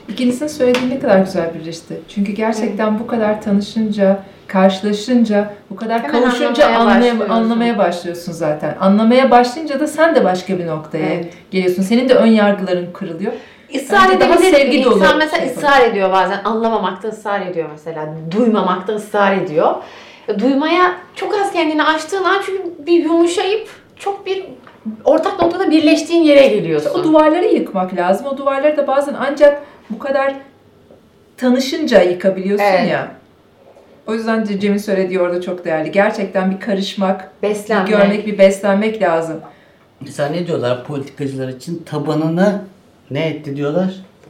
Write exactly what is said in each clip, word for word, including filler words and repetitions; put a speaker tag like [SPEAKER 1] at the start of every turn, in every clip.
[SPEAKER 1] İkincisinin söylediği ne kadar güzel birleşti. Çünkü gerçekten evet. bu kadar tanışınca, karşılaşınca, bu kadar hemen kavuşunca anlamaya, anlamaya, anlamaya başlıyorsun zaten. Anlamaya başlayınca da sen de başka bir noktaya evet. geliyorsun. Senin de ön yargıların kırılıyor.
[SPEAKER 2] İsrar edebilir. İnsan mesela şey ısrar ediyor bazen. Anlamamakta ısrar ediyor mesela. Duymamakta ısrar ediyor. Duymaya çok az kendini açtığın an çünkü bir yumuşayıp çok bir ortak noktada birleştiğin yere geliyorsun.
[SPEAKER 1] O duvarları yıkmak lazım. O duvarları da bazen ancak bu kadar tanışınca yıkabiliyorsun evet. ya. O yüzden de Cem'in söylediği orada çok değerli. Gerçekten bir karışmak, beslenmek. bir görmek, bir beslenmek lazım.
[SPEAKER 3] Mesela ne diyorlar politikacılar için? Tabanını ne etti diyorlar?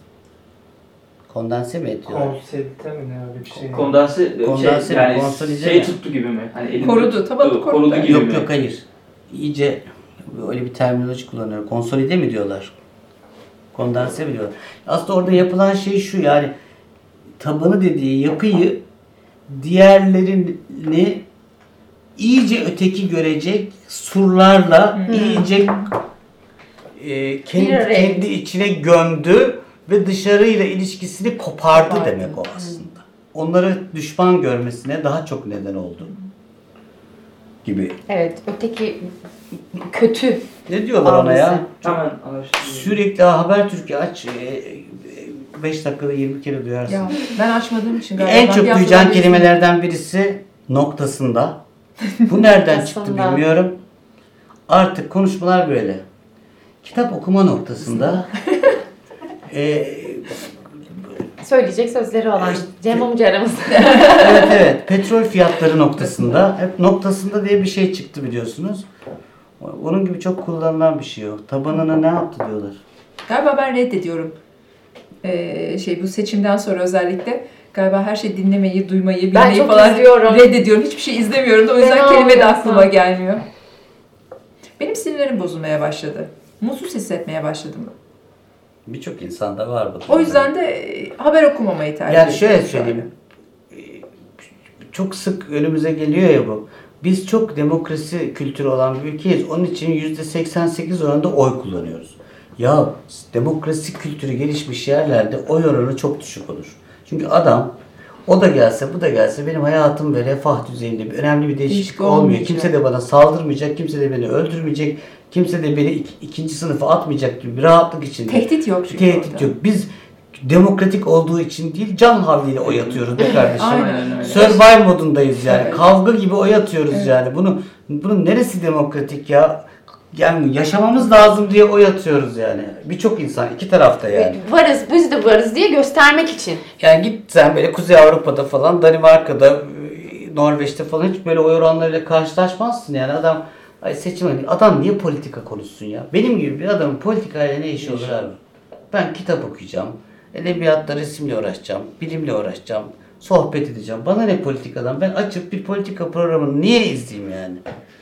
[SPEAKER 3] Kondanse mi ediyor?
[SPEAKER 4] Konsolide mi ne öyle bir şey?
[SPEAKER 5] Kondanse,
[SPEAKER 3] kondanse
[SPEAKER 5] şey, yani şey
[SPEAKER 3] mi?
[SPEAKER 5] tuttu gibi mi? Hani
[SPEAKER 1] korudu, tabanı korudu.
[SPEAKER 5] korudu gibi
[SPEAKER 3] yok
[SPEAKER 5] mi?
[SPEAKER 3] yok hayır. İyice öyle bir terminoloji kullanıyor. Konsolide mi diyorlar? Kondanse mi diyorlar? Aslında orada yapılan şey şu yani tabanı dediği yapıyı diğerlerini iyice öteki görecek surlarla hmm. iyice e, kendi, kendi içine gömdü ve dışarıyla ilişkisini kopardı Kopardı. demek o aslında. Onları düşman görmesine daha çok neden oldu gibi.
[SPEAKER 2] Evet, öteki kötü.
[SPEAKER 3] Ne diyorlar ona ya?
[SPEAKER 5] Hemen
[SPEAKER 3] sürekli Habertürk'ü aç. beş dakikada yirmi kere duyarsın. Ya,
[SPEAKER 1] ben açmadığım için galiba.
[SPEAKER 3] En çok duyacağın kelimelerden birisi noktasında. Bu nereden çıktı bilmiyorum. Artık konuşmalar böyle. Kitap okuma noktasında e,
[SPEAKER 2] söyleyecek sözleri olan Cem Mumcu aramızda.
[SPEAKER 3] evet evet. Petrol fiyatları noktasında. Hep noktasında diye bir şey çıktı biliyorsunuz. Onun gibi çok kullanılan bir şey o. Tabanına ne yaptı diyorlar.
[SPEAKER 1] Galiba ben reddediyorum. Ee, şey bu seçimden sonra özellikle galiba her şey dinlemeyi, duymayı, bilmeyi falan izliyorum. reddediyorum. Hiçbir şey izlemiyorum da o yüzden ben kelime de aklıma gelmiyor. Benim sinirlerim bozulmaya başladı. Mutsuz hissetmeye başladım.
[SPEAKER 3] Birçok insanda var bu.
[SPEAKER 1] O yüzden de haber okumamayı tercih
[SPEAKER 3] ediyorum. Yani şöyle söyleyeyim. Çok sık önümüze geliyor ya bu. Biz çok demokrasi kültürü olan bir ülkeyiz. Onun için yüzde seksen sekiz oranında oy kullanıyoruz. Ya demokrasi kültürü gelişmiş yerlerde oy oranı çok düşük olur. Çünkü adam o da gelse bu da gelse benim hayatım ve refah düzeyinde bir önemli bir değişiklik olmuyor. Kimse de bana saldırmayacak, kimse de beni öldürmeyecek, kimse de beni ik- ikinci sınıfa atmayacak gibi bir rahatlık içinde.
[SPEAKER 1] Tehdit yok çünkü
[SPEAKER 3] Tehdit
[SPEAKER 1] orada.
[SPEAKER 3] yok. Biz demokratik olduğu için değil can havliyle oy atıyoruz be kardeşim.
[SPEAKER 1] Aynen.
[SPEAKER 3] Survive modundayız yani.
[SPEAKER 1] Evet.
[SPEAKER 3] Kavga gibi oy atıyoruz evet. yani. Bunu bunun neresi demokratik ya? Yani yaşamamız lazım diye oy atıyoruz yani. Birçok insan iki tarafta yani.
[SPEAKER 2] Varız, biz de varız diye göstermek için.
[SPEAKER 3] Yani git sen böyle Kuzey Avrupa'da falan, Danimarka'da, Norveç'te falan hiç böyle oy oranlarıyla karşılaşmazsın yani. Adam ay seçim adam niye politika konuşsun ya? Benim gibi bir adamın politikayla ne işi olur abi? Ben kitap okuyacağım. Edebiyatla, resimle uğraşacağım. Bilimle uğraşacağım. Sohbet edeceğim. Bana ne politikadan? Ben açıp bir politika programını niye izleyeyim yani?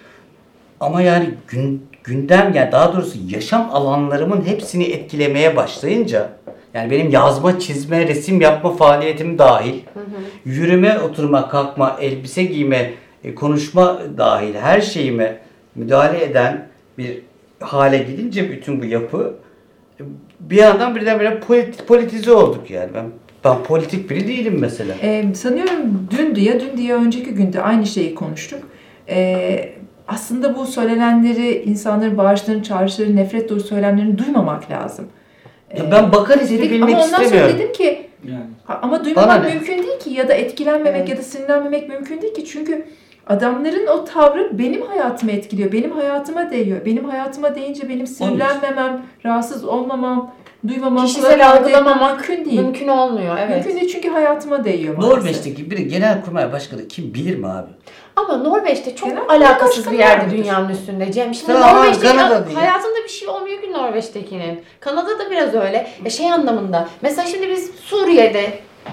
[SPEAKER 3] Ama yani gün, gündem yani daha doğrusu yaşam alanlarımın hepsini etkilemeye başlayınca yani benim yazma, çizme, resim yapma faaliyetim dahil, hı hı. yürüme, oturma, kalkma, elbise giyme, konuşma dahil her şeyime müdahale eden bir hale gelince bütün bu yapı bir yandan birdenbire polit, politize olduk yani. Ben ben politik biri değilim mesela.
[SPEAKER 1] Ee, sanıyorum dündü ya dün diye önceki günde aynı şeyi konuştuk. Ee, aslında bu söylenenleri, insanların bağırışlarını, çağrışları, nefret dolu söylemlerini duymamak lazım.
[SPEAKER 3] Ee, ya ben bakar ismi bilmek
[SPEAKER 1] ama
[SPEAKER 3] istemiyorum.
[SPEAKER 1] Ama ondan sonra dedim ki yani. Ama duymamak mümkün değil ki ya da etkilenmemek evet. ya da sinirlenmemek mümkün değil ki. Çünkü adamların o tavrı benim hayatımı etkiliyor. Benim hayatıma değiyor. Benim hayatıma değince benim sinirlenmemem, rahatsız olmamam, duymamam,
[SPEAKER 2] kişisel algılamamak mümkün değil. Mümkün olmuyor. Evet.
[SPEAKER 1] Mümkün değil çünkü hayatıma değiyor
[SPEAKER 3] maalesef. Norveç'teki biri Genelkurmay Başkanı kim bilir mi abi?
[SPEAKER 2] Ama Norveç'te çok Genel alakasız bir yerde dünyanın üstünde Cem. Şimdi Norveç'te hayatında bir şey olmuyor ki Norveç'tekinin. Kanada'da biraz öyle. E şey anlamında. Mesela şimdi biz Suriye'de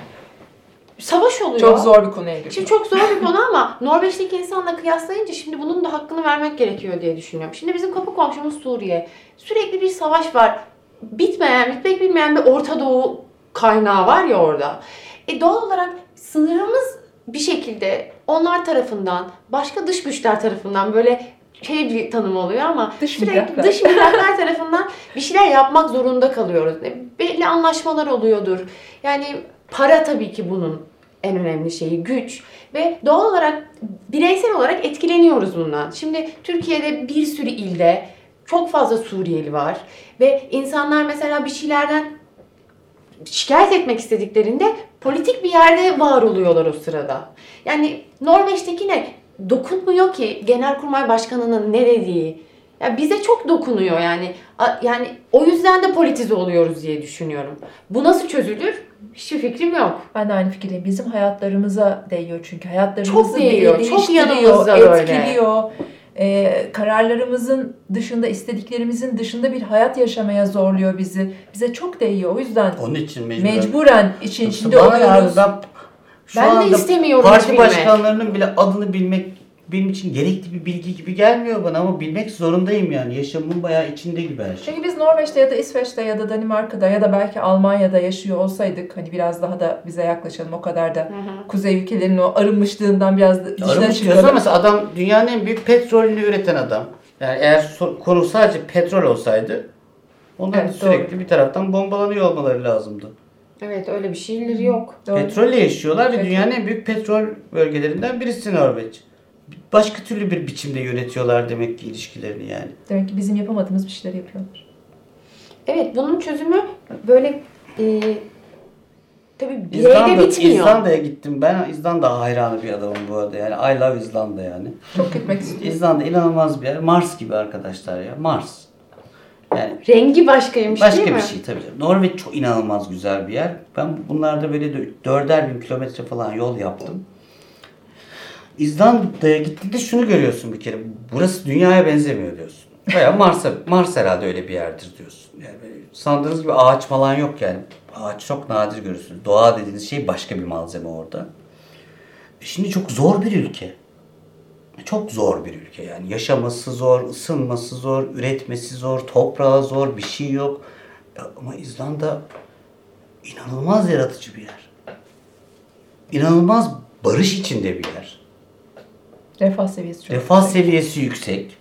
[SPEAKER 2] savaş oluyor.
[SPEAKER 1] Çok zor bir konuya giriyor.
[SPEAKER 2] Şimdi çok zor bir konu ama Norveç'teki insanla kıyaslayınca şimdi bunun da hakkını vermek gerekiyor diye düşünüyorum. Şimdi bizim kapı komşumuz Suriye. Sürekli bir savaş var. Bitmeyen, bitmek bilmeyen bir Orta Doğu kaynağı var ya orada. E doğal olarak sınırımız bir şekilde onlar tarafından, başka dış güçler tarafından böyle şey bir tanım oluyor ama
[SPEAKER 1] dış
[SPEAKER 2] sürekli
[SPEAKER 1] mihraklar.
[SPEAKER 2] dış mihraklar tarafından bir şeyler yapmak zorunda kalıyoruz. Belli anlaşmalar oluyordur. Yani para tabii ki bunun en önemli şeyi, güç ve doğal olarak bireysel olarak etkileniyoruz bundan. Şimdi Türkiye'de bir sürü ilde çok fazla Suriyeli var ve insanlar mesela bir şeylerden şikayet etmek istediklerinde politik bir yerde var oluyorlar o sırada. Yani Norveç'teki ne? Dokunmuyor ki Genelkurmay Başkanı'nın ne dediği. Ya bize çok dokunuyor yani. Yani o yüzden de politize oluyoruz diye düşünüyorum. Bu nasıl çözülür? Hiçbir fikrim yok.
[SPEAKER 1] Ben de aynı fikirdeyim. Bizim hayatlarımıza değiyor çünkü. Hayatlarımızı
[SPEAKER 2] çok değiyor,
[SPEAKER 1] değiştiriyor,
[SPEAKER 2] çok yanımızda
[SPEAKER 1] etkiliyor. Ee, kararlarımızın dışında, istediklerimizin dışında bir hayat yaşamaya zorluyor bizi. Bize çok değiyor. O yüzden
[SPEAKER 3] onun için mecburen,
[SPEAKER 1] mecburen için içinde
[SPEAKER 3] bana
[SPEAKER 1] oluyoruz.
[SPEAKER 3] Ben, şu
[SPEAKER 2] ben de istemiyorum
[SPEAKER 3] parti başkanlarının bile adını bilmek benim için gerekli bir bilgi gibi gelmiyor bana ama bilmek zorundayım yani. Yaşamımın bayağı içinde gibi her şey.
[SPEAKER 1] Çünkü biz Norveç'te ya da İsveç'te ya da Danimarka'da ya da belki Almanya'da yaşıyor olsaydık hani biraz daha da bize yaklaşalım o kadar da hı hı. Kuzey ülkelerinin o arınmışlığından biraz da
[SPEAKER 3] arınmış diyorsa mesela adam dünyanın en büyük petrolünü üreten adam. Yani eğer konu sadece petrol olsaydı onlar evet, sürekli doğru. bir taraftan bombalanıyor olmaları lazımdı.
[SPEAKER 2] Evet öyle bir şeyleri yok.
[SPEAKER 3] Petrolle yaşıyorlar ve dünyanın en büyük petrol bölgelerinden birisi Norveç. Başka türlü bir biçimde yönetiyorlar demek ki ilişkilerini yani.
[SPEAKER 1] Demek ki bizim yapamadığımız bir şeyler yapıyorlar.
[SPEAKER 2] Evet bunun çözümü böyle e, tabii bireyde İzlanda, bitmiyor.
[SPEAKER 3] İzlanda'ya gittim. Ben İzlanda hayranı bir adamım bu arada yani. I love İzlanda yani.
[SPEAKER 1] Çok gitmek istiyorum.
[SPEAKER 3] İzlanda inanılmaz bir yer. Mars gibi arkadaşlar ya. Mars.
[SPEAKER 2] Yani rengi başkaymış
[SPEAKER 3] başka
[SPEAKER 2] değil mi?
[SPEAKER 3] Başka bir şey tabii. Norveç çok inanılmaz güzel bir yer. Ben bunlarda böyle dörder bin kilometre falan yol yaptım. İzlanda'ya gittiğinde şunu görüyorsun bir kere. Burası dünyaya benzemiyor diyorsun. Veya Mars'a, Mars herhalde öyle bir yerdir diyorsun. Yani sandığınız gibi ağaç falan yok yani. Ağaç çok nadir görürsünüz. Doğa dediğiniz şey başka bir malzeme orada. Şimdi çok zor bir ülke. Çok zor bir ülke yani. Yaşaması zor, ısınması zor, üretmesi zor, toprağı zor, bir şey yok. Ama İzlanda inanılmaz yaratıcı bir yer. İnanılmaz barış içinde bir yer.
[SPEAKER 1] Refah seviyesi çok
[SPEAKER 3] Refah
[SPEAKER 1] yüksek.
[SPEAKER 3] seviyesi yüksek.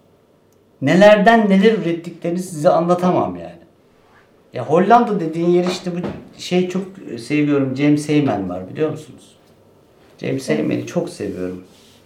[SPEAKER 3] Nelerden neler ürettiklerini size anlatamam yani. Ya Hollanda dediğin yer işte bu şey çok seviyorum. James Heyman var biliyor musunuz? James Heyman'ı çok seviyorum.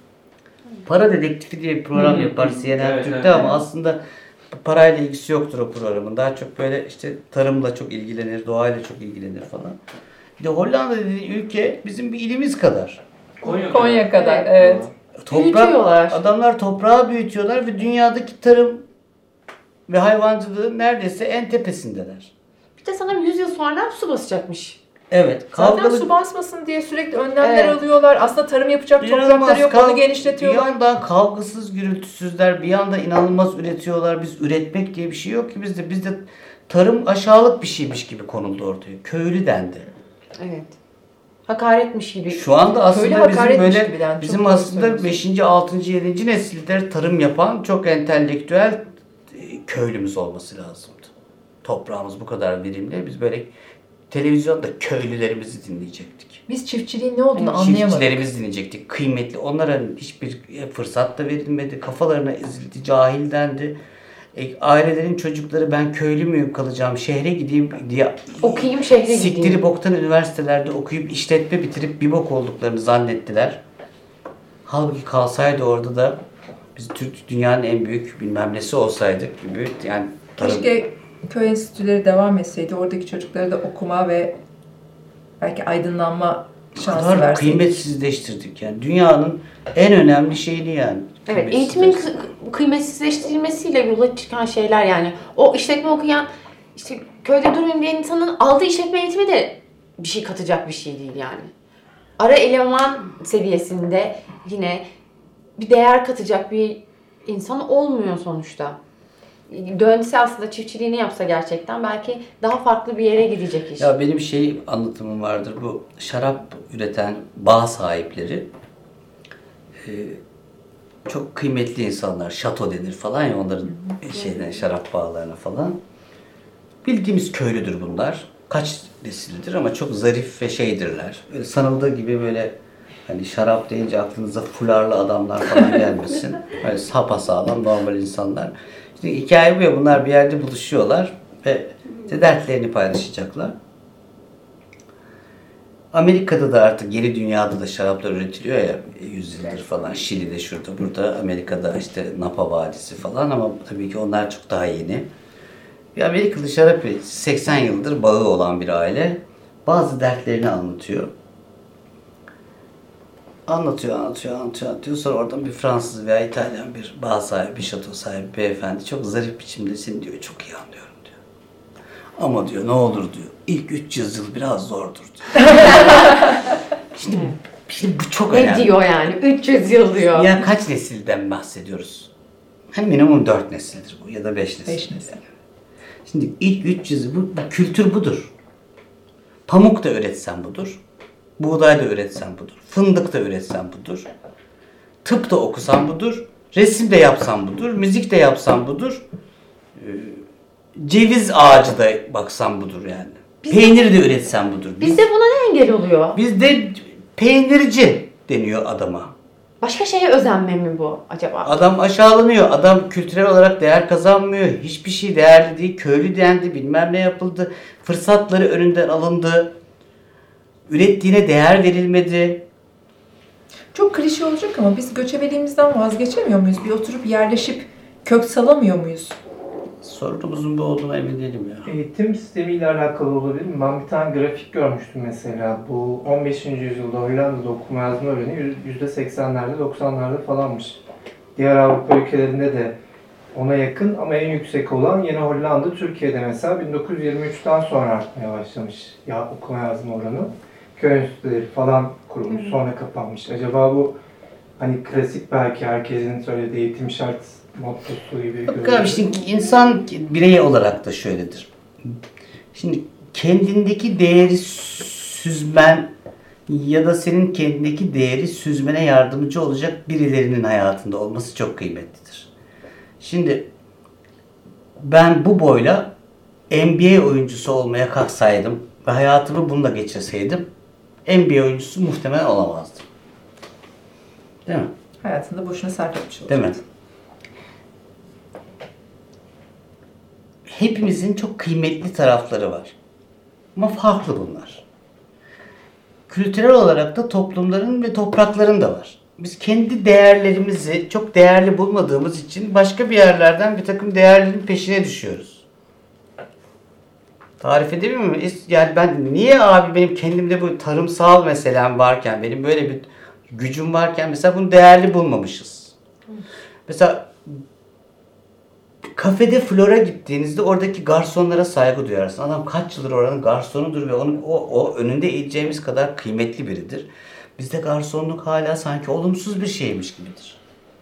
[SPEAKER 3] Para Dedektifi diye bir program yapar C N N evet, Türk'te evet, ama evet. aslında parayla ilgisi yoktur o programın. Daha çok böyle işte tarımla çok ilgilenir, doğayla çok ilgilenir falan. Bir de Hollanda dediğin ülke bizim bir ilimiz kadar.
[SPEAKER 1] Konya, Konya kadar, evet. evet.
[SPEAKER 2] Toprak,
[SPEAKER 3] adamlar toprağı büyütüyorlar ve dünyadaki tarım ve hayvancılığın neredeyse en tepesindeler.
[SPEAKER 2] Bir de sanırım yüz yıl sonra su basacakmış.
[SPEAKER 3] Evet.
[SPEAKER 1] Zaten kavgalı... su basmasın diye sürekli önlemler evet. alıyorlar. Aslında tarım yapacak toprakları yok, kav... onu genişletiyorlar.
[SPEAKER 3] Bir yandan kavgasız, gürültüsüzler, bir yandan inanılmaz üretiyorlar. Biz üretmek diye bir şey yok ki bizde. Bizde tarım aşağılık bir şeymiş gibi konuldu ortaya. Köylü dendi.
[SPEAKER 2] Evet. Hakaretmiş gibi.
[SPEAKER 3] Şu anda aslında bizim böyle bizim aslında beşinci, altıncı, yedinci nesilde tarım yapan çok entelektüel köylümüz olması lazımdı. Toprağımız bu kadar verimli. Biz böyle televizyonda köylülerimizi dinleyecektik.
[SPEAKER 1] Biz çiftçiliğin ne olduğunu
[SPEAKER 3] yani
[SPEAKER 1] anlayamadık.
[SPEAKER 3] Çiftçilerimizi dinleyecektik. Kıymetli. Onlara hiçbir fırsat da verilmedi. Kafalarına ezildi, cahil dendi. E, ailelerin çocukları ben köylü müyüm kalacağım, şehre gideyim diye
[SPEAKER 2] okuyayım şehre gideyim.
[SPEAKER 3] Siktiri boktan üniversitelerde okuyup işletme bitirip bir bok olduklarını zannettiler. Halbuki kalsaydı orada da biz Türk dünyanın en büyük bilmem nesi olsaydık gibi yani
[SPEAKER 1] tarım... Keşke köy enstitüleri devam etseydi. Oradaki çocuklara da okuma ve belki aydınlanma şansı
[SPEAKER 3] verseydik.
[SPEAKER 1] Verseydik.
[SPEAKER 3] Kıymetsizleştirdik yani. Dünyanın en önemli şeyini yani.
[SPEAKER 2] Evet, eğitimin kıymetsizleştirilmesiyle yola çıkan şeyler yani. O işletme okuyan, işte köyde durmayan bir insanın aldığı işletme eğitimi de bir şey katacak bir şey değil yani. Ara eleman seviyesinde yine bir değer katacak bir insan olmuyor sonuçta. Dönse aslında çiftçiliğini yapsa gerçekten belki daha farklı bir yere gidecek iş.
[SPEAKER 3] Ya benim şey anlatımım vardır. Bu şarap üreten bağ sahipleri e, çok kıymetli insanlar. Şato denir falan ya onların şeyden şarap bağlarına falan. Bildiğimiz köylüdür bunlar. Kaç nesildir ama çok zarif ve şeydirler. Böyle sanıldığı gibi böyle Hani şarap deyince aklınıza fularlı adamlar falan gelmesin. Böyle sapasağlam normal insanlar. Şimdi hikaye bu ya, bunlar bir yerde buluşuyorlar ve işte dertlerini paylaşacaklar. Amerika'da da artık yeni dünyada da şaraplar üretiliyor ya yüz yıldır falan. Şili'de, şurada, burada. Amerika'da işte Napa Vadisi falan ama tabii ki onlar çok daha yeni. Bir Amerikalı şarap üreticisi seksen yıldır bağı olan bir aile bazı dertlerini anlatıyor. Anlatıyor, anlatıyor, anlatıyor, anlatıyor. Sonra oradan bir Fransız veya İtalyan bir bağ sahibi, bir şato sahibi beyefendi çok zarif biçimde seni diyor çok iyi anlıyorum diyor. Ama diyor ne olur diyor ilk üç yüz yıl biraz zordur diyor. şimdi, şimdi bu çok önemli.
[SPEAKER 2] Ne diyor yani? üç yüz yıl diyor.
[SPEAKER 3] Ya kaç nesilden bahsediyoruz? Hani minimum dört nesildir bu ya da beş nesil.
[SPEAKER 1] beş nesil.
[SPEAKER 3] Şimdi ilk üç yüz yıl bu, bu kültür budur. Pamuk da üretsen budur. Buğday da üretsen budur. Fındık da üretsen budur. Tıp da okusan budur. Resim de yapsan budur. Müzik de yapsan budur. Ee, ceviz ağacı da baksan budur yani. Biz Peynir de, de üretsen budur.
[SPEAKER 2] Biz, bizde buna ne engel oluyor?
[SPEAKER 3] Bizde peynirci deniyor adama.
[SPEAKER 2] Başka şeye özenme mi bu acaba?
[SPEAKER 3] Adam aşağılanıyor. Adam kültürel olarak değer kazanmıyor. Hiçbir şey değerli değil. Köylü dendi. Bilmem ne yapıldı. Fırsatları önünden alındı. Ürettiğine değer verilmedi.
[SPEAKER 1] Çok klişe olacak ama biz göçebeliğimizden vazgeçemiyor muyuz? Bir oturup yerleşip kök salamıyor muyuz?
[SPEAKER 3] Sorunumuzun bu olduğuna emin değilim ya.
[SPEAKER 4] Eğitim sistemiyle alakalı olabilir mi? Ben bir tane grafik görmüştüm mesela. Bu on beşinci yüzyılda Hollanda'da okuma yazma öğreni yüzde seksenlerde doksanlarda falanmış. Diğer Avrupa ülkelerinde de ona yakın ama en yüksek olan yine Hollanda, Türkiye'de mesela bin dokuz yüz yirmi üçten sonra artmaya başlamış ya okuma yazma oranı. Köy enstitüleri falan kurulmuş, sonra kapanmış. Acaba bu hani klasik belki herkesin söylediği eğitim şart mottosu gibi
[SPEAKER 3] görüyoruz. Bak abi şimdi insan bireyi olarak da şöyledir. Şimdi kendindeki değeri süzmen ya da senin kendindeki değeri süzmene yardımcı olacak birilerinin hayatında olması çok kıymetlidir. Şimdi ben bu boyla N B A oyuncusu olmaya kalksaydım ve hayatımı bununla geçirseydim N B A oyuncusu muhtemelen olamazdım. Değil mi?
[SPEAKER 1] Hayatında boşuna sarf etmiş olacaktı.
[SPEAKER 3] Değil mi? Hepimizin çok kıymetli tarafları var. Ama farklı bunlar. Kültürel olarak da toplumların ve toprakların da var. Biz kendi değerlerimizi çok değerli bulmadığımız için başka bir yerlerden bir takım değerlerin peşine düşüyoruz. Tarif edebilir miyim? Yani ben niye abi benim kendimde bu tarımsal meselem varken, benim böyle bir gücüm varken mesela bunu değerli bulmamışız. Mesela kafede Flora gittiğinizde oradaki garsonlara saygı duyarsın. Adam kaç yıldır oranın garsonudur ve onun o, o önünde eğileceğimiz kadar kıymetli biridir. Bizde garsonluk hala sanki olumsuz bir şeymiş gibidir.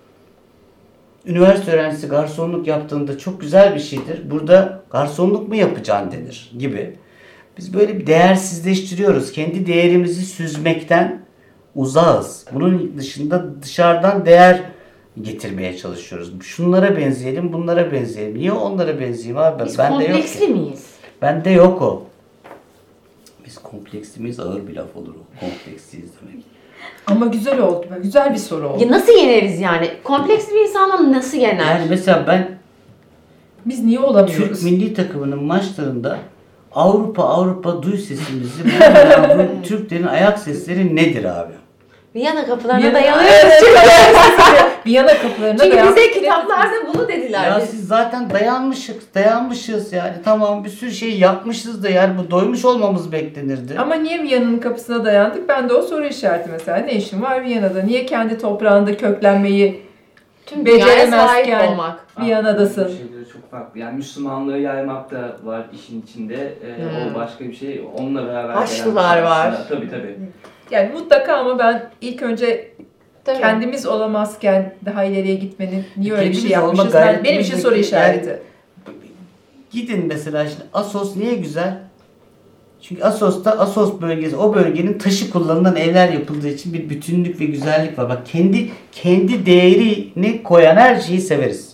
[SPEAKER 3] Üniversite öğrencisi garsonluk yaptığında çok güzel bir şeydir. Burada garsonluk mu yapacaksın denir gibi. Biz böyle bir değersizleştiriyoruz. Kendi değerimizi süzmekten uzağız. Bunun dışında dışarıdan değer getirmeye çalışıyoruz. Şunlara benzeyelim, bunlara benzeyelim. Niye onlara benzeyeyim abi?
[SPEAKER 2] Biz
[SPEAKER 3] Bende
[SPEAKER 2] kompleksli
[SPEAKER 3] yok
[SPEAKER 2] miyiz?
[SPEAKER 3] Bende yok o. Biz kompleksli miyiz? Ağır bir laf olur o. Kompleksiyiz demek.
[SPEAKER 1] Ama güzel oldu. Güzel bir soru oldu.
[SPEAKER 2] Ya nasıl yeneriz yani? Kompleksli bir insanla nasıl yener?
[SPEAKER 3] Yani mesela ben
[SPEAKER 1] biz niye olamıyoruz?
[SPEAKER 3] Türk milli takımının maçlarında Avrupa Avrupa duy sesimizi bu Türklerin ayak sesleri nedir abi?
[SPEAKER 2] Viyana kapılarına
[SPEAKER 1] Viyana,
[SPEAKER 2] dayanıyoruz.
[SPEAKER 1] Viyana kapılarına
[SPEAKER 2] Çünkü
[SPEAKER 1] dayan.
[SPEAKER 2] bize kitaplarda bunu dediler.
[SPEAKER 3] Ya siz zaten dayanmışız, dayanmışız yani. Tamam bir sürü şey yapmışız da yani bu doymuş olmamız beklenirdi.
[SPEAKER 1] Ama niye Viyana'nın kapısına dayandık? Ben de o soru işareti mesela. Ne işin var Viyana'da? Niye kendi toprağında köklenmeyi
[SPEAKER 2] tüm beceremezken
[SPEAKER 1] Viyana'dasın?
[SPEAKER 5] Şeyleri çok farklı. Yani Müslümanlığı yaymak da var işin içinde. Ee, hmm. O başka bir şey. Onunla beraber
[SPEAKER 2] Haçlılar
[SPEAKER 5] şey
[SPEAKER 2] var.
[SPEAKER 5] Tabii tabii.
[SPEAKER 1] Yani mutlaka ama ben ilk önce
[SPEAKER 2] tabii.
[SPEAKER 1] kendimiz olamazken daha ileriye gitmenin niye öyle bir şey yapmışız? Ben, benim için soru işareti. Yani,
[SPEAKER 3] gidin mesela şimdi Assos niye güzel? Çünkü Assos'ta Assos bölgesi o bölgenin taşı kullanılan evler yapıldığı için bir bütünlük ve güzellik var. Bak kendi kendi değerini koyan her şeyi severiz.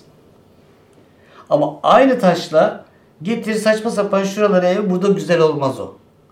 [SPEAKER 3] Ama aynı taşla getir saçma sapan şuralara ev burada güzel olmaz o.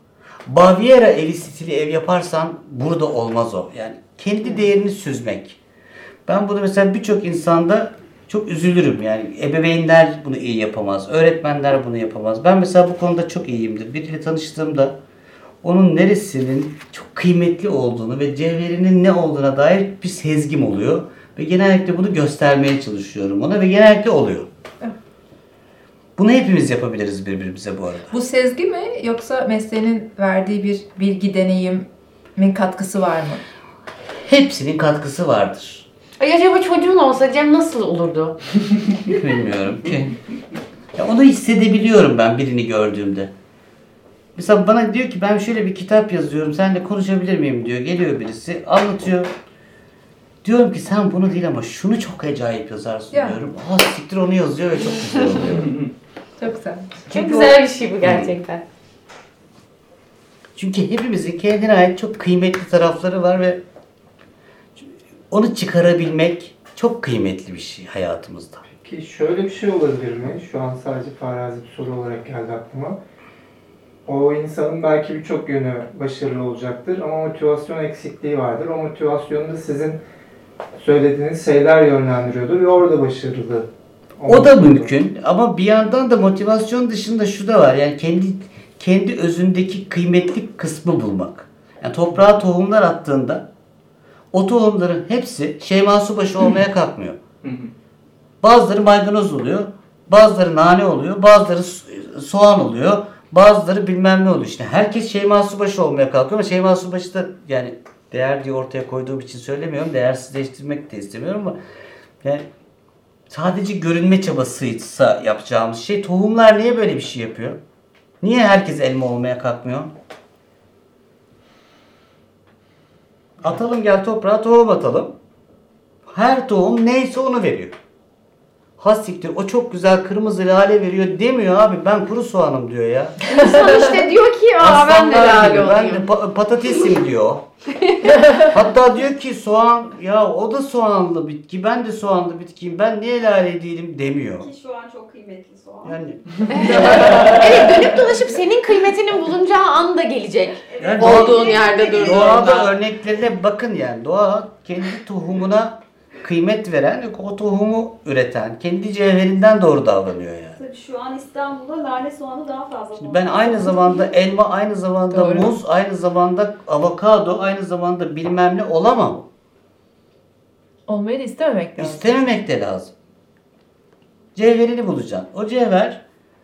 [SPEAKER 3] Baviera evi stili ev yaparsan burada olmaz o. Yani kendi değerini süzmek. Ben bunu mesela birçok insanda çok üzülürüm. Yani ebeveynler bunu iyi yapamaz. Öğretmenler bunu yapamaz. Ben mesela bu konuda çok iyiyimdir. Biriyle tanıştığımda onun neresinin çok kıymetli olduğunu ve cevherinin ne olduğuna dair bir sezgim oluyor. Ve genellikle bunu göstermeye çalışıyorum ona ve genellikle oluyor. Bunu hepimiz yapabiliriz birbirimize bu arada.
[SPEAKER 1] Bu sezgi mi yoksa mesleğinin verdiği bir bilgi, deneyimin katkısı var mı?
[SPEAKER 3] Hepsinin katkısı vardır.
[SPEAKER 2] Ay acaba çocuğun olsa Cem nasıl olurdu?
[SPEAKER 3] Bilmiyorum ki. Ya onu hissedebiliyorum ben birini gördüğümde. Mesela bana diyor ki ben şöyle bir kitap yazıyorum, seninle konuşabilir miyim diyor. Geliyor birisi, anlatıyor. Diyorum ki sen bunu değil ama şunu çok acayip yazarsın ya. Diyorum. Aa siktir onu yazıyor ve çok güzel oluyor.
[SPEAKER 1] Çok güzel.
[SPEAKER 2] Çok güzel bir şey bu gerçekten.
[SPEAKER 3] Çünkü hepimizin kendine ait çok kıymetli tarafları var ve onu çıkarabilmek çok kıymetli bir şey hayatımızda.
[SPEAKER 4] Peki şöyle bir şey olabilir mi? Şu an sadece farazi bir soru olarak geldi aklıma. O insanın belki birçok yönü başarılı olacaktır ama motivasyon eksikliği vardır. O motivasyonu da sizin söylediğiniz şeyler yönlendiriyordur ve orada başarılı.
[SPEAKER 3] O da mümkün ama bir yandan da motivasyon dışında şu da var. Yani kendi kendi özündeki kıymetli kısmı bulmak. Yani toprağa tohumlar attığında o tohumların hepsi Şeyma Subaşı olmaya kalkmıyor. Bazıları maydanoz oluyor, bazıları nane oluyor, bazıları soğan oluyor, bazıları bilmem ne oluyor. İşte herkes Şeyma Subaşı olmaya kalkıyor ama Şeyma Subaşı da yani değer diye ortaya koyduğum için söylemiyorum. Değersizleştirmek de istemiyorum ama yani sadece görünme çabasıysa yapacağımız şey, tohumlar niye böyle bir şey yapıyor? Niye herkes elma olmaya kalkmıyor? Atalım gel toprağa tohum atalım. Her tohum neyse onu veriyor. Hassiktir o çok güzel kırmızı lale veriyor demiyor abi, ben kuru soğanım diyor ya.
[SPEAKER 2] İnsan işte diyor ki aa ben de lale olayım.
[SPEAKER 3] Ben de pa- patatesim diyor. Hatta diyor ki soğan ya o da soğanlı bitki, ben de soğanlı bitkiyim, ben niye lale değilim demiyor.
[SPEAKER 6] Ki şu an çok kıymetli soğan.
[SPEAKER 3] Yani
[SPEAKER 2] evet dönüp dolaşıp senin kıymetinin bulunacağı an da gelecek.
[SPEAKER 3] Yani
[SPEAKER 2] olduğun yerde durduğunda.
[SPEAKER 3] Doğada örneklerine bakın yani. Doğa kendi tohumuna kıymet veren, o tohumu üreten, kendi cevherinden doğru davranıyor yani.
[SPEAKER 6] Tabii şu an İstanbul'da lale soğanı daha fazla.
[SPEAKER 3] Şimdi ben aynı zamanda elma, aynı zamanda doğru. Muz, aynı zamanda avokado, aynı zamanda bilmem ne olamam.
[SPEAKER 1] Olmayı da istememek lazım.
[SPEAKER 3] İstememek de lazım. Cevherini bulacaksın. O cevher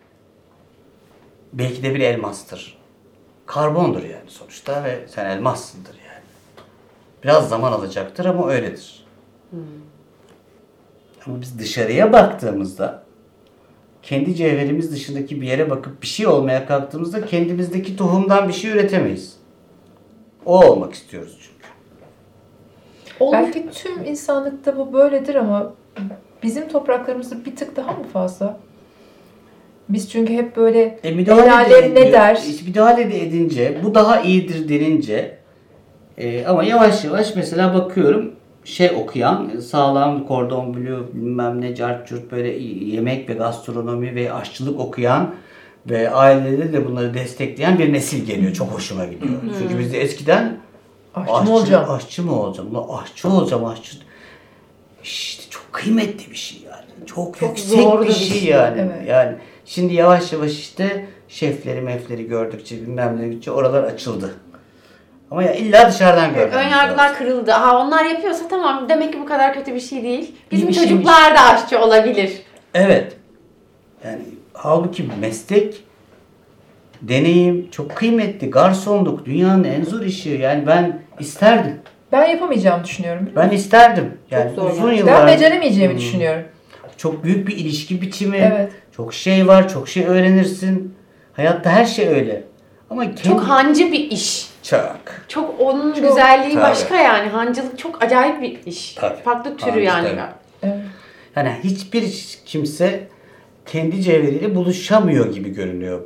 [SPEAKER 3] belki de bir elmastır. Karbondur yani sonuçta ve sen elmassındır yani. Biraz zaman alacaktır ama öyledir. Hmm. Ama biz dışarıya baktığımızda kendi cevherimiz dışındaki bir yere bakıp bir şey olmaya kalktığımızda kendimizdeki tohumdan bir şey üretemeyiz. O olmak istiyoruz çünkü.
[SPEAKER 1] Olur. Belki tüm insanlıkta bu böyledir ama bizim topraklarımızda bir tık daha mı fazla? Biz çünkü hep böyle
[SPEAKER 3] e, müdahale
[SPEAKER 1] el ne der?
[SPEAKER 3] Hiç müdahale de edince, bu daha iyidir denince e, ama yavaş yavaş mesela bakıyorum şey okuyan, sağlam kordon bleu bilmem ne cart curt böyle yemek ve gastronomi ve aşçılık okuyan ve aileleri de bunları destekleyen bir nesil geliyor. Çok hoşuma gidiyor. Hmm. Çünkü bizde eskiden
[SPEAKER 1] aşçı, aşçı mı olacağım?
[SPEAKER 3] Aşçı mı olacağım? La aşçı olacağım, aşçı. İşte çok kıymetli bir şey yani. Çok, çok yüksek bir, bir şey yani. Evet. Yani şimdi yavaş yavaş işte şefleri, mefleri gördükçe bilmem ne gördükçe oralar açıldı. Ama ya illa dışarıdan görmemiz
[SPEAKER 2] lazım. Önyargılar kırıldı. Ha onlar yapıyorsa tamam demek ki bu kadar kötü bir şey değil. Bizim
[SPEAKER 3] bir
[SPEAKER 2] çocuklar
[SPEAKER 3] şeymiş.
[SPEAKER 2] da aşçı olabilir.
[SPEAKER 3] Evet. Yani halbuki meslek, deneyim çok kıymetli. Garsonluk dünyanın en zor işi. Yani ben isterdim.
[SPEAKER 1] Ben yapamayacağımı düşünüyorum.
[SPEAKER 3] Ben isterdim. Yani
[SPEAKER 1] çok
[SPEAKER 3] uzun
[SPEAKER 1] yıllar. Ben beceremeyeceğimi hmm. düşünüyorum.
[SPEAKER 3] Çok büyük bir ilişki biçimi.
[SPEAKER 1] Evet.
[SPEAKER 3] Çok şey var, çok şey öğrenirsin. Hayatta her şey öyle. Ama kendi...
[SPEAKER 2] Çok hancı bir iş.
[SPEAKER 3] Çok.
[SPEAKER 2] Çok onun çok, güzelliği tabii. Başka yani. Hancılık çok acayip bir iş.
[SPEAKER 3] Tabii.
[SPEAKER 2] Farklı türü
[SPEAKER 3] Hancı,
[SPEAKER 2] yani.
[SPEAKER 1] Evet.
[SPEAKER 3] Yani hiçbir kimse kendi cevheriyle buluşamıyor gibi görünüyor.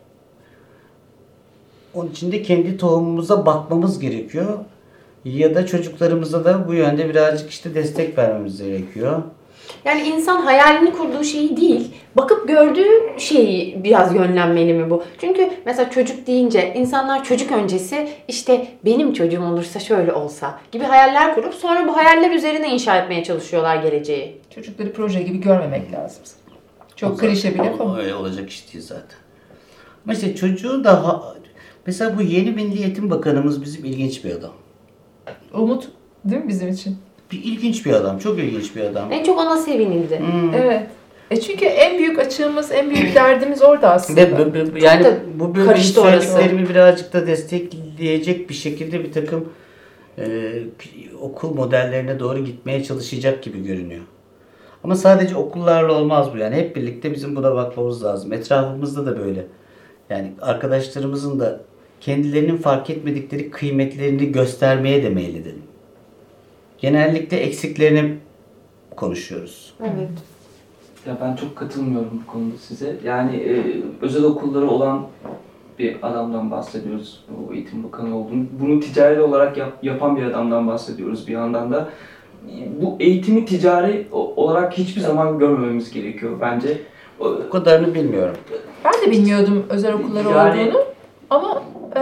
[SPEAKER 3] Onun için de kendi tohumumuza bakmamız gerekiyor. Ya da çocuklarımıza da bu yönde birazcık işte destek vermemiz gerekiyor.
[SPEAKER 2] Yani insan hayalini kurduğu şeyi değil, bakıp gördüğü şeyi biraz yönlenmeli mi bu? Çünkü mesela çocuk deyince insanlar çocuk öncesi işte benim çocuğum olursa şöyle olsa gibi hayaller kurup sonra bu hayaller üzerine inşa etmeye çalışıyorlar geleceği.
[SPEAKER 1] Çocukları proje gibi görmemek lazım. Çok klişe bir laf ama.
[SPEAKER 3] Öyle olacak iş değil zaten. Ama işte çocuğu da ha- mesela bu yeni Milli Eğitim Bakanımız bizim ilginç bir adam.
[SPEAKER 1] Umut değil mi bizim için?
[SPEAKER 3] Bir ilginç bir adam, çok ilginç bir adam.
[SPEAKER 2] En çok ona sevinildi.
[SPEAKER 3] Hmm.
[SPEAKER 1] Evet. E çünkü en büyük açığımız, en büyük derdimiz orada aslında.
[SPEAKER 3] Ve bu- bu- yani
[SPEAKER 2] Çok da
[SPEAKER 3] bu böyle
[SPEAKER 2] karıştı orası.
[SPEAKER 3] söylediklerimi birazcık da destekleyecek bir şekilde bir takım e, okul modellerine doğru gitmeye çalışacak gibi görünüyor. Ama sadece okullarla olmaz bu yani. Hep birlikte bizim buna bakmamız lazım. Etrafımızda da böyle. Yani arkadaşlarımızın da kendilerinin fark etmedikleri kıymetlerini göstermeye de meyledelim. Genellikle eksiklerini konuşuyoruz.
[SPEAKER 2] Evet.
[SPEAKER 5] Ya ben çok katılmıyorum bu konuda size. Yani e, özel okulları olan bir adamdan bahsediyoruz. Bu eğitim bakanı olduğunu. Bunu ticari olarak yap, yapan bir adamdan bahsediyoruz bir yandan da. Bu eğitimi ticari olarak hiçbir zaman görmememiz gerekiyor bence.
[SPEAKER 3] O kadarını bilmiyorum.
[SPEAKER 1] Ben de bilmiyordum özel okulları
[SPEAKER 5] Yani-
[SPEAKER 1] olduğunu. Ama e,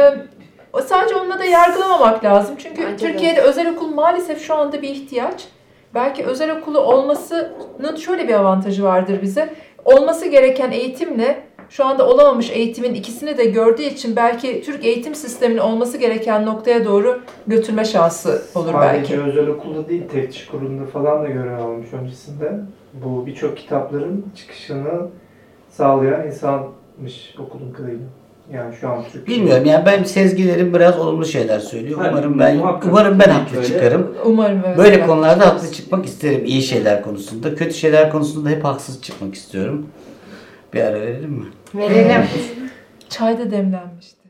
[SPEAKER 1] o sadece onunla da yargılamamak lazım. Çünkü
[SPEAKER 2] Bence de.
[SPEAKER 1] Türkiye'de özel okul maalesef şu anda bir ihtiyaç. Belki özel okulu olmasının şöyle bir avantajı vardır bize. Olması gereken eğitimle şu anda olamamış eğitimin ikisini de gördüğü için belki Türk eğitim sisteminin olması gereken noktaya doğru götürme şansı olur belki.
[SPEAKER 4] Sadece özel okulda değil, teftiş kurulunda falan da görev almış öncesinde. Bu birçok kitapların çıkışını sağlayan insanmış okuduğum kadarıyla. Yani şu an Türk.
[SPEAKER 3] Bilmiyorum yani ben sezgilerim biraz olumlu şeyler söylüyor.
[SPEAKER 5] Ha,
[SPEAKER 3] Umarım ben
[SPEAKER 5] muhakkak.
[SPEAKER 3] umarım ben haklı
[SPEAKER 5] Öyle.
[SPEAKER 3] çıkarım.
[SPEAKER 1] Umarım evet.
[SPEAKER 3] Böyle konularda haklı çıkmak isterim iyi şeyler konusunda. Kötü şeyler konusunda hep haksız çıkmak istiyorum. Bir ara verelim mi?
[SPEAKER 2] Verelim.
[SPEAKER 1] Çay da demlenmişti.